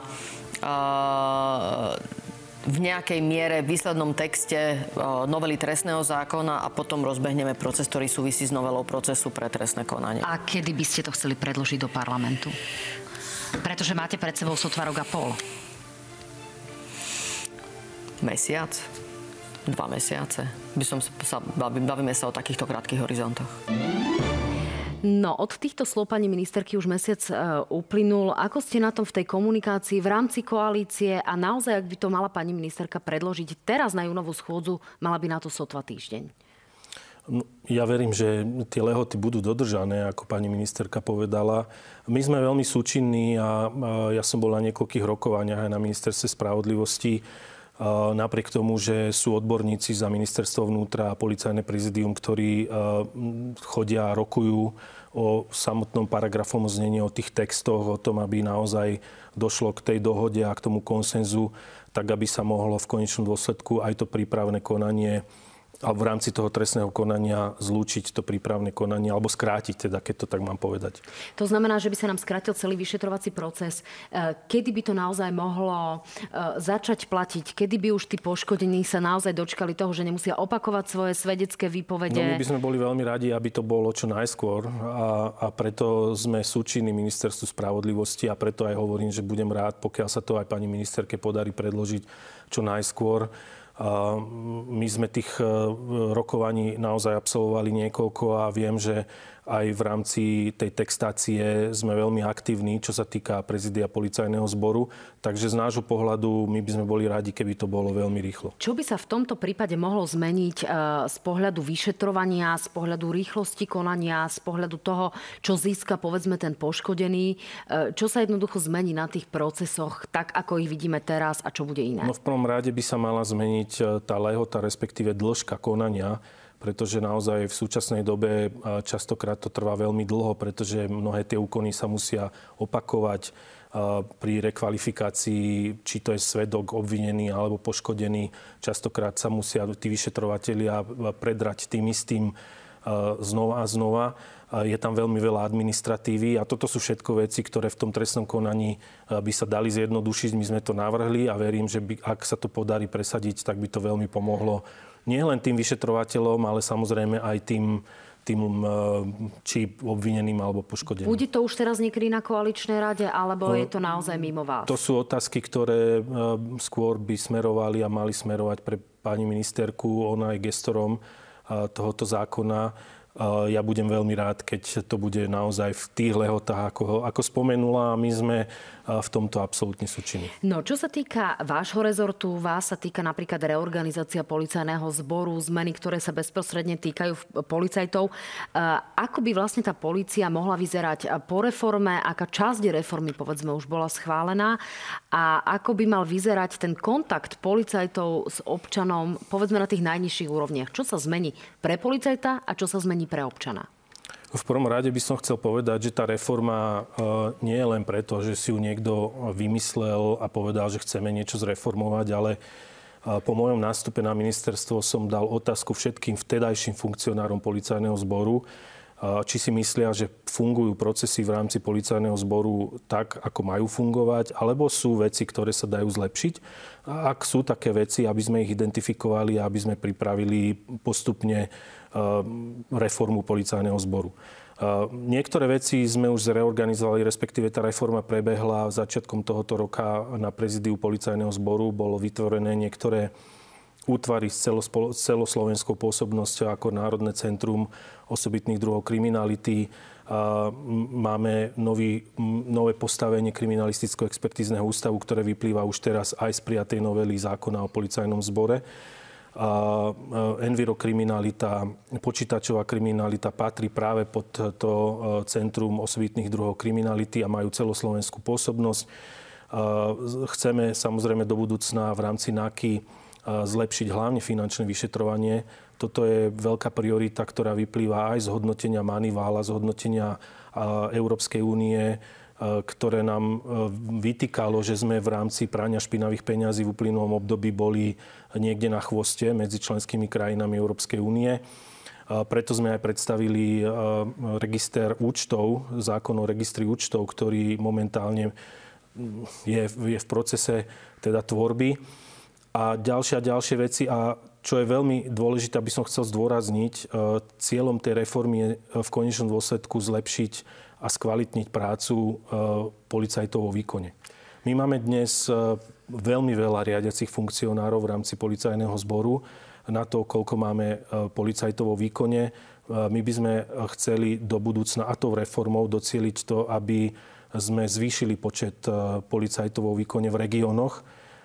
v nejakej miere výslednom texte novely trestného zákona a potom rozbehneme proces, ktorý súvisí s novelou procesu pre trestné konanie. A kedy by ste to chceli predložiť do parlamentu? Pretože máte pred sebou sotva rok a pol. Mesiac? Dva mesiace. By som sa, bavíme sa o takýchto krátkych horizontoch. No, od týchto slov pani ministerky už mesiac uh, uplynul. Ako ste na tom v tej komunikácii v rámci koalície a naozaj, ak by to mala pani ministerka predložiť teraz na júnovú schôdzu, mala by na to sotva týždeň? No, ja verím, že tie lehoty budú dodržané, ako pani ministerka povedala. My sme veľmi súčinní a, a ja som bol na niekoľkých rokovaniach aj na ministerstve spravodlivosti. napriek tomu, že sú odborníci za ministerstvo vnútra a policajné prezidium, ktorí chodia a rokujú o samotnom paragrafom znení, o tých textoch, o tom, aby naozaj došlo k tej dohode a k tomu konsenzu, tak aby sa mohlo v konečnom dôsledku aj to prípravné konanie a v rámci toho trestného konania zlúčiť to prípravné konanie alebo skrátiť, teda, keď to tak mám povedať. To znamená, že by sa nám skrátil celý vyšetrovací proces. Kedy by to naozaj mohlo začať platiť? Kedy by už tí poškodení sa naozaj dočkali toho, že nemusia opakovať svoje svedecké výpovede? No, my by sme boli veľmi radi, aby to bolo čo najskôr a, a preto sme súčinní Ministerstvu spravodlivosti a preto aj hovorím, že budem rád, pokiaľ sa to aj pani ministerke podarí predložiť čo najskôr. My sme tých rokovaní naozaj absolvovali niekoľko a viem, že aj v rámci tej textácie sme veľmi aktívni, čo sa týka prezidia policajného zboru. Takže z nášho pohľadu my by sme boli radi, keby to bolo veľmi rýchlo. Čo by sa v tomto prípade mohlo zmeniť z pohľadu vyšetrovania, z pohľadu rýchlosti konania, z pohľadu toho, čo získa povedzme ten poškodený? Čo sa jednoducho zmení na tých procesoch, tak ako ich vidíme teraz a čo bude iné? No v prvom rade by sa mala zmeniť tá lehota, respektíve dĺžka konania, pretože naozaj v súčasnej dobe častokrát to trvá veľmi dlho, pretože mnohé tie úkony sa musia opakovať pri rekvalifikácii, či to je svedok, obvinený alebo poškodený. Častokrát sa musia tí vyšetrovatelia predrať tým istým znova a znova. Je tam veľmi veľa administratívy a toto sú všetko veci, ktoré v tom trestnom konaní by sa dali zjednodušiť. My sme to navrhli a verím, že by, ak sa to podarí presadiť, tak by to veľmi pomohlo nie len tým vyšetrovateľom, ale samozrejme aj tým, tým či obvineným alebo poškodeným. Bude to už teraz niekedy na koaličnej rade, alebo je to naozaj mimo vás? To sú otázky, ktoré skôr by smerovali a mali smerovať pre pani ministerku. Ona je gestorom tohoto zákona. Ja budem veľmi rád, keď to bude naozaj v tých lehotách, ako, ako spomenula, a my sme v tomto absolútne súčinní. No, čo sa týka vášho rezortu, vás sa týka napríklad reorganizácia policajného zboru, zmeny, ktoré sa bezprostredne týkajú policajtov. Ako by vlastne tá polícia mohla vyzerať po reforme? Aká časť reformy, povedzme, už bola schválená? A ako by mal vyzerať ten kontakt policajtov s občanom, povedzme, na tých najnižších úrovniach? Čo sa zmení pre policajta a čo sa zmení pre občana? V prvom rade by som chcel povedať, že tá reforma nie je len preto, že si ju niekto vymyslel a povedal, že chceme niečo zreformovať, ale po mojom nástupe na ministerstvo som dal otázku všetkým vtedajším funkcionárom policajného zboru, či si myslia, že fungujú procesy v rámci policajného zboru tak, ako majú fungovať, alebo sú veci, ktoré sa dajú zlepšiť. A ak sú také veci, aby sme ich identifikovali a aby sme pripravili postupne reformu policajného zboru. Niektoré veci sme už zreorganizovali, respektíve tá reforma prebehla začiatkom tohoto roka na prezidiu policajného zboru. Bolo vytvorené niektoré útvary s celoslovenskou pôsobnosťou ako Národné centrum osobitných druhov kriminality. Máme nový, nové postavenie kriminalisticko-expertízneho ústavu, ktoré vyplýva už teraz aj z prijatej novely zákona o policajnom zbore. Envirokriminalita, počítačová kriminalita patrí práve pod to Centrum osobitných druhov kriminality a majú celoslovenskú pôsobnosť. Chceme samozrejme do budúcna v rámci náky zlepšiť hlavne finančné vyšetrovanie. Toto je veľká priorita, ktorá vyplýva aj z hodnotenia Manivala, z hodnotenia Európskej únie, ktoré nám vytýkalo, že sme v rámci prania špinavých peňazí v uplynulom období boli niekde na chvoste medzi členskými krajinami Európskej únie. Preto sme aj predstavili register účtov, zákon o registri účtov, ktorý momentálne je, je v procese teda tvorby. A ďalšie a ďalšie veci. A čo je veľmi dôležité, aby som chcel zdôrazniť, cieľom tej reformy je v konečnom dôsledku zlepšiť a skvalitniť prácu policajtov vo výkone. My máme dnes veľmi veľa riadiacich funkcionárov v rámci policajného zboru. Na to, koľko máme policajtov vo výkone, my by sme chceli do budúcna, a tou reformou, docieliť to, aby sme zvýšili počet policajtov vo výkone v regiónoch.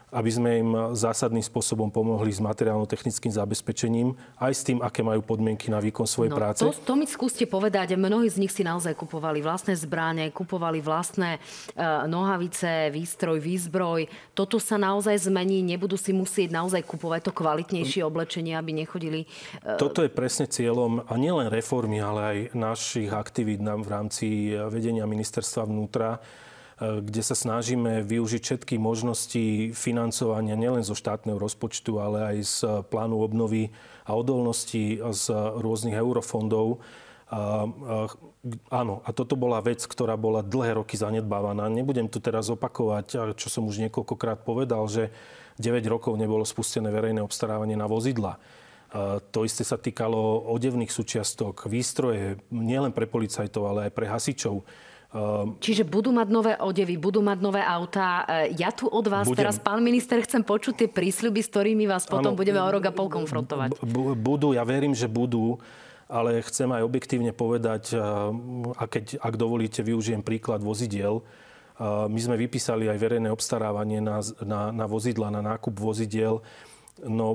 aby sme im zásadným spôsobom pomohli s materiálno-technickým zabezpečením, aj s tým, aké majú podmienky na výkon svojej no, práce. To, to mi skúste povedať. Mnohí z nich si naozaj kupovali vlastné zbrane, kupovali vlastné uh, nohavice, výstroj, výzbroj. Toto sa naozaj zmení, nebudú si musieť naozaj kupovať to kvalitnejšie oblečenie, aby nechodili... Uh... Toto je presne cieľom a nielen reformy, ale aj našich aktivít v rámci vedenia ministerstva vnútra, kde sa snažíme využiť všetky možnosti financovania nielen zo štátneho rozpočtu, ale aj z plánu obnovy a odolnosti z rôznych eurofondov. A, a, áno, a toto bola vec, ktorá bola dlhé roky zanedbávaná. Nebudem tu teraz opakovať, čo som už niekoľkokrát povedal, že deväť rokov nebolo spustené verejné obstarávanie na vozidlá. A to isté sa týkalo odevných súčiastok, výstroje, nielen pre policajtov, ale aj pre hasičov. Čiže budú mať nové odevy, budú mať nové autá. Ja tu od vás budem. Teraz, pán minister, chcem počuť tie prísľuby, s ktorými vás potom ano, budeme o rok a pol konfrontovať. B- budú, ja verím, že budú, ale chcem aj objektívne povedať, a keď, ak dovolíte, využijem príklad vozidiel. My sme vypísali aj verejné obstarávanie na, na, na vozidla, na nákup vozidiel. No, e,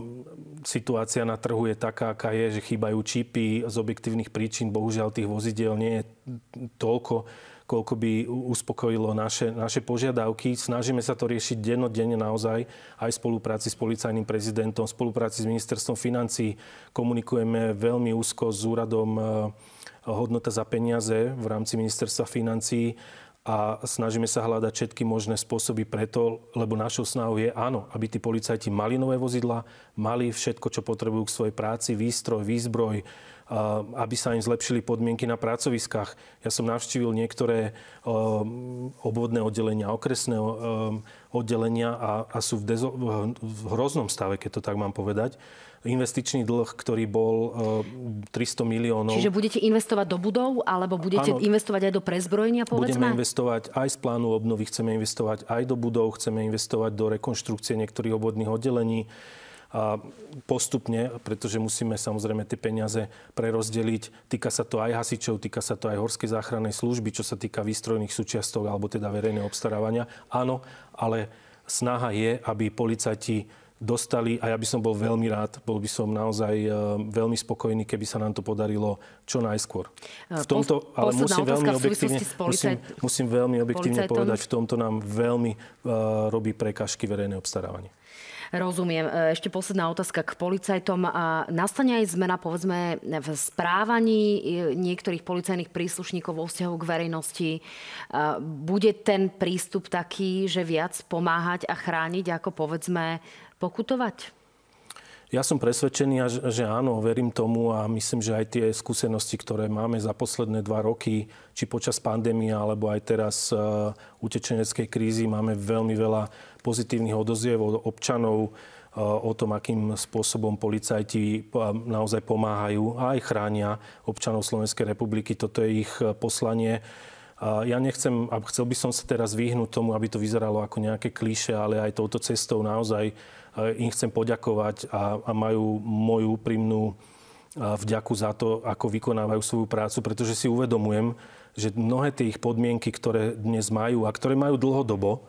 situácia na trhu je taká, aká je, že chýbajú čipy z objektívnych príčin. Bohužiaľ, tých vozidiel nie je toľko, koľko by uspokojilo naše, naše požiadavky. Snažíme sa to riešiť dennodenne naozaj, aj v spolupráci s policajným prezidentom, v spolupráci s ministerstvom financií. Komunikujeme veľmi úzko s úradom e, hodnota za peniaze v rámci ministerstva financií. A snažíme sa hľadať všetky možné spôsoby preto, lebo našou snahou je áno, aby tí policajti mali nové vozidlá, mali všetko, čo potrebujú k svojej práci, výstroj, výzbroj, aby sa im zlepšili podmienky na pracoviskách. Ja som navštívil niektoré obvodné oddelenia, okresné oddelenia a, a sú v, dezo- v hroznom stave, keď to tak mám povedať. Investičný dlh, ktorý bol tristo miliónov. Čiže budete investovať do budov, alebo budete ano, investovať aj do prezbrojenia, povedzme? Budeme investovať aj z plánu obnovy, chceme investovať aj do budov, chceme investovať do rekonštrukcie niektorých obvodných oddelení. A postupne, pretože musíme samozrejme tie peniaze prerozdeliť. Týka sa to aj hasičov, týka sa to aj horskej záchrannej služby, čo sa týka výstrojných súčiastok alebo teda verejného obstarávania. Áno, ale snaha je, aby policajti dostali, a ja by som bol veľmi rád, bol by som naozaj veľmi spokojný, keby sa nám to podarilo čo najskôr. V tomto, ale musím veľmi objektívne, musím, musím veľmi objektívne povedať, v tomto nám veľmi uh, robí prekážky verejné obstarávanie. Rozumiem. Ešte posledná otázka k policajtom. Nastane aj zmena, povedzme, v správaní niektorých policajných príslušníkov vo vzťahu k verejnosti? Bude ten prístup taký, že viac pomáhať a chrániť, ako povedzme pokutovať? Ja som presvedčený, že áno, verím tomu a myslím, že aj tie skúsenosti, ktoré máme za posledné dva roky, či počas pandémie, alebo aj teraz uh, utečeneckej krízy, máme veľmi veľa pozitívnych odoziev od občanov uh, o tom, akým spôsobom policajti uh, naozaj pomáhajú a aj chránia občanov Slovenskej republiky. Toto je ich poslanie. Uh, ja nechcem, a chcel by som sa teraz vyhnúť tomu, aby to vyzeralo ako nejaké klíše, ale aj touto cestou naozaj im chcem poďakovať a, a majú moju úprimnú vďaku za to, ako vykonávajú svoju prácu, pretože si uvedomujem, že mnohé tie ich podmienky, ktoré dnes majú a ktoré majú dlhodobo,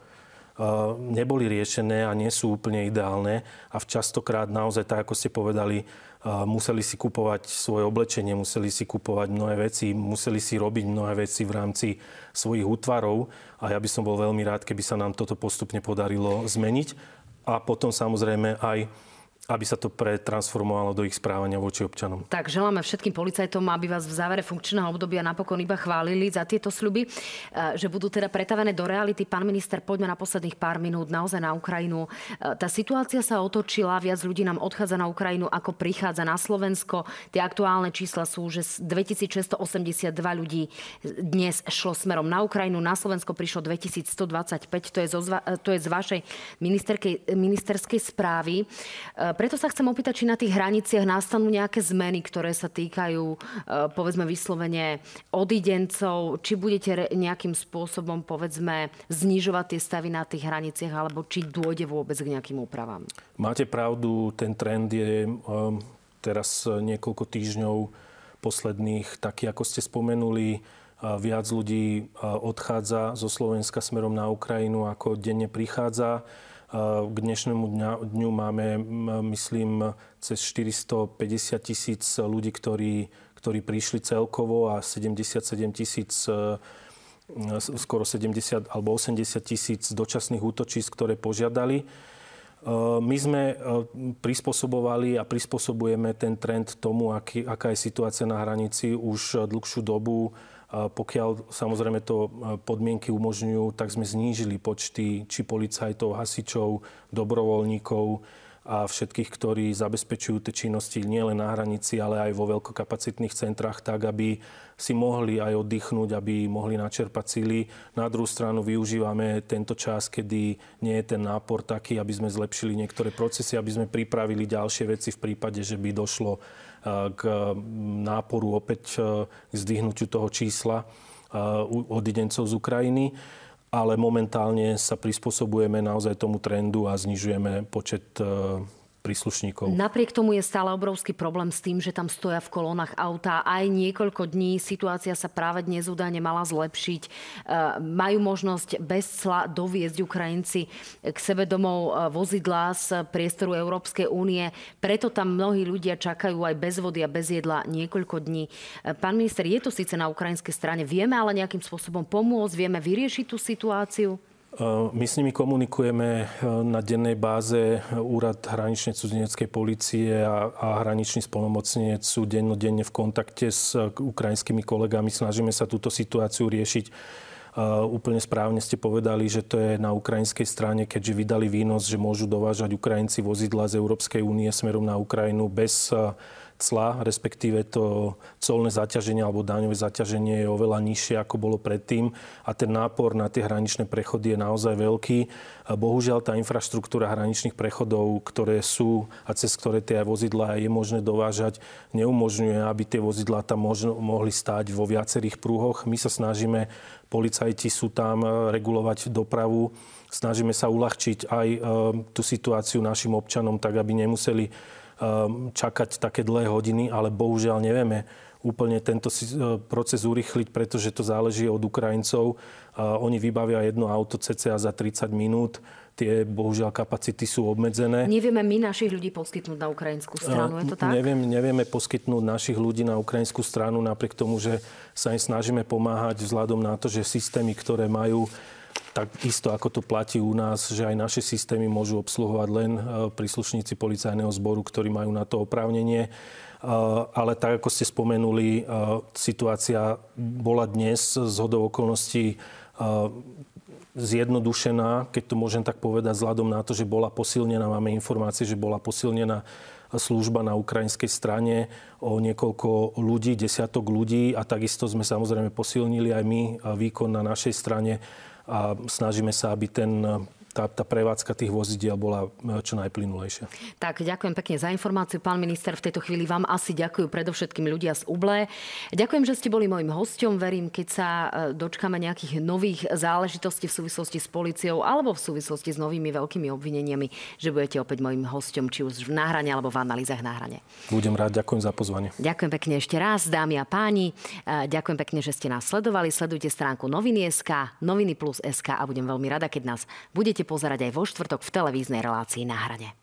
neboli riešené a nie sú úplne ideálne a častokrát naozaj, tak ako ste povedali, museli si kupovať svoje oblečenie, museli si kupovať mnohé veci, museli si robiť mnohé veci v rámci svojich útvarov a ja by som bol veľmi rád, keby sa nám toto postupne podarilo zmeniť. A potom samozrejme aj, aby sa to pretransformovalo do ich správania voči občanom. Tak želáme všetkým policajtom, aby vás v závere funkčného obdobia napokon iba chválili za tieto sľuby, že budú teda pretavené do reality. Pán minister, poďme na posledných pár minút naozaj na Ukrajinu. Tá situácia sa otočila, viac ľudí nám odchádza na Ukrajinu, ako prichádza na Slovensko. Tie aktuálne čísla sú, že dvetisícšesťstoosemdesiatdva ľudí dnes šlo smerom na Ukrajinu. Na Slovensko prišlo dvetisícstodvadsaťpäť. To je, zo, to je z vašej ministerskej, ministerskej správy. Preto sa chcem opýtať, či na tých hraniciach nastanú nejaké zmeny, ktoré sa týkajú, povedzme, vyslovene odidencov, či budete nejakým spôsobom, povedzme, znižovať tie stavy na tých hraniciach, alebo či dôjde vôbec k nejakým úpravám. Máte pravdu, ten trend je um, teraz niekoľko týždňov posledných, taký ako ste spomenuli, uh, viac ľudí uh, odchádza zo Slovenska smerom na Ukrajinu, ako denne prichádza. K dnešnému dňa, dňu máme, myslím, cez štyristopäťdesiat tisíc ľudí, ktorí, ktorí prišli celkovo a sedemdesiatsedem tisíc, skoro sedemdesiat alebo osemdesiat tisíc dočasných útočísk, ktoré požiadali. My sme prispôsobovali a prispôsobujeme ten trend tomu, aký, aká je situácia na hranici už dlhšiu dobu. Pokiaľ samozrejme to podmienky umožňujú, tak sme znížili počty či policajtov, hasičov, dobrovoľníkov a všetkých, ktorí zabezpečujú tie činnosti nielen na hranici, ale aj vo veľkokapacitných centrách, tak aby si mohli aj oddychnúť, aby mohli načerpať síly. Na druhú stranu využívame tento čas, kedy nie je ten nápor taký, aby sme zlepšili niektoré procesy, aby sme pripravili ďalšie veci v prípade, že by došlo k náporu opäť k zdvihnutiu toho čísla odidencov z Ukrajiny. Ale momentálne sa prispôsobujeme naozaj tomu trendu a znižujeme počet príslušníkov. Napriek tomu je stále obrovský problém s tým, že tam stoja v kolónach autá aj niekoľko dní. Situácia sa práve dnes údajne mala zlepšiť. Majú možnosť bez cla doviezť Ukrajinci k sebe domov vozidlá z priestoru Európskej únie. Preto tam mnohí ľudia čakajú aj bez vody a bez jedla niekoľko dní. Pán minister, je to síce na ukrajinskej strane. Vieme ale nejakým spôsobom pomôcť? Vieme vyriešiť tú situáciu? My s nimi komunikujeme na dennej báze. Úrad hraničnej cudzineckej polície a, a hraničný splnomocnenec sú dennodenne v kontakte s ukrajinskými kolegami. Snažíme sa túto situáciu riešiť. Uh, úplne správne ste povedali, že to je na ukrajinskej strane, keďže vydali výnos, že môžu dovážať Ukrajinci vozidla z Európskej únie smerom na Ukrajinu bez uh, cla, respektíve to colné zaťaženie alebo daňové zaťaženie je oveľa nižšie, ako bolo predtým a ten nápor na tie hraničné prechody je naozaj veľký. Bohužiaľ tá infraštruktúra hraničných prechodov, ktoré sú a cez ktoré tie vozidlá je možné dovážať, neumožňuje, aby tie vozidlá tam možno, mohli stáť vo viacerých prúhoch. My sa snažíme, policajti sú tam, regulovať dopravu, snažíme sa uľahčiť aj e, tú situáciu našim občanom, tak aby nemuseli čakať také dlhé hodiny, ale bohužiaľ nevieme úplne tento proces urýchliť, pretože to záleží od Ukrajincov. Oni vybavia jedno auto cca za tridsať minút. Tie bohužiaľ kapacity sú obmedzené. Nevieme my našich ľudí poskytnúť na ukrajinskú stranu, je to tak? Neviem, nevieme poskytnúť našich ľudí na ukrajinskú stranu, napriek tomu, že sa im snažíme pomáhať vzhľadom na to, že systémy, ktoré majú, tak isto ako to platí u nás, že aj naše systémy môžu obsluhovať len príslušníci policajného zboru, ktorí majú na to oprávnenie. Ale tak, ako ste spomenuli, situácia bola dnes zhodou okolností zjednodušená, keď to môžem tak povedať, vzhľadom na to, že bola posilnená, máme informácie, že bola posilnená služba na ukrajinskej strane o niekoľko ľudí, desiatok ľudí a takisto sme samozrejme posilnili aj my výkon na našej strane a snažíme sa, aby ten, tá, tá prevádzka tých vozidiel bola čo najplynulejšia. Tak, ďakujem pekne za informáciu. Pán minister, v tejto chvíli vám asi ďakujú predovšetkým ľudia z Ublé. Ďakujem, že ste boli môjim hosťom. Verím, keď sa dočkáme nejakých nových záležitostí v súvislosti s políciou alebo v súvislosti s novými veľkými obvineniami, že budete opäť môjim hosťom, či už v Náhrane alebo v analýzach Náhrane. Budem rád, ďakujem za pozvanie. Ďakujem pekne ešte raz, dámy a páni. Ďakujem pekne, že ste nás sledovali. Sledujte stránku noviny bodka es ká, noviny plus bodka es ká a budem veľmi rada, keď nás budete pozerať aj vo štvrtok v televíznej relácii Na hrane.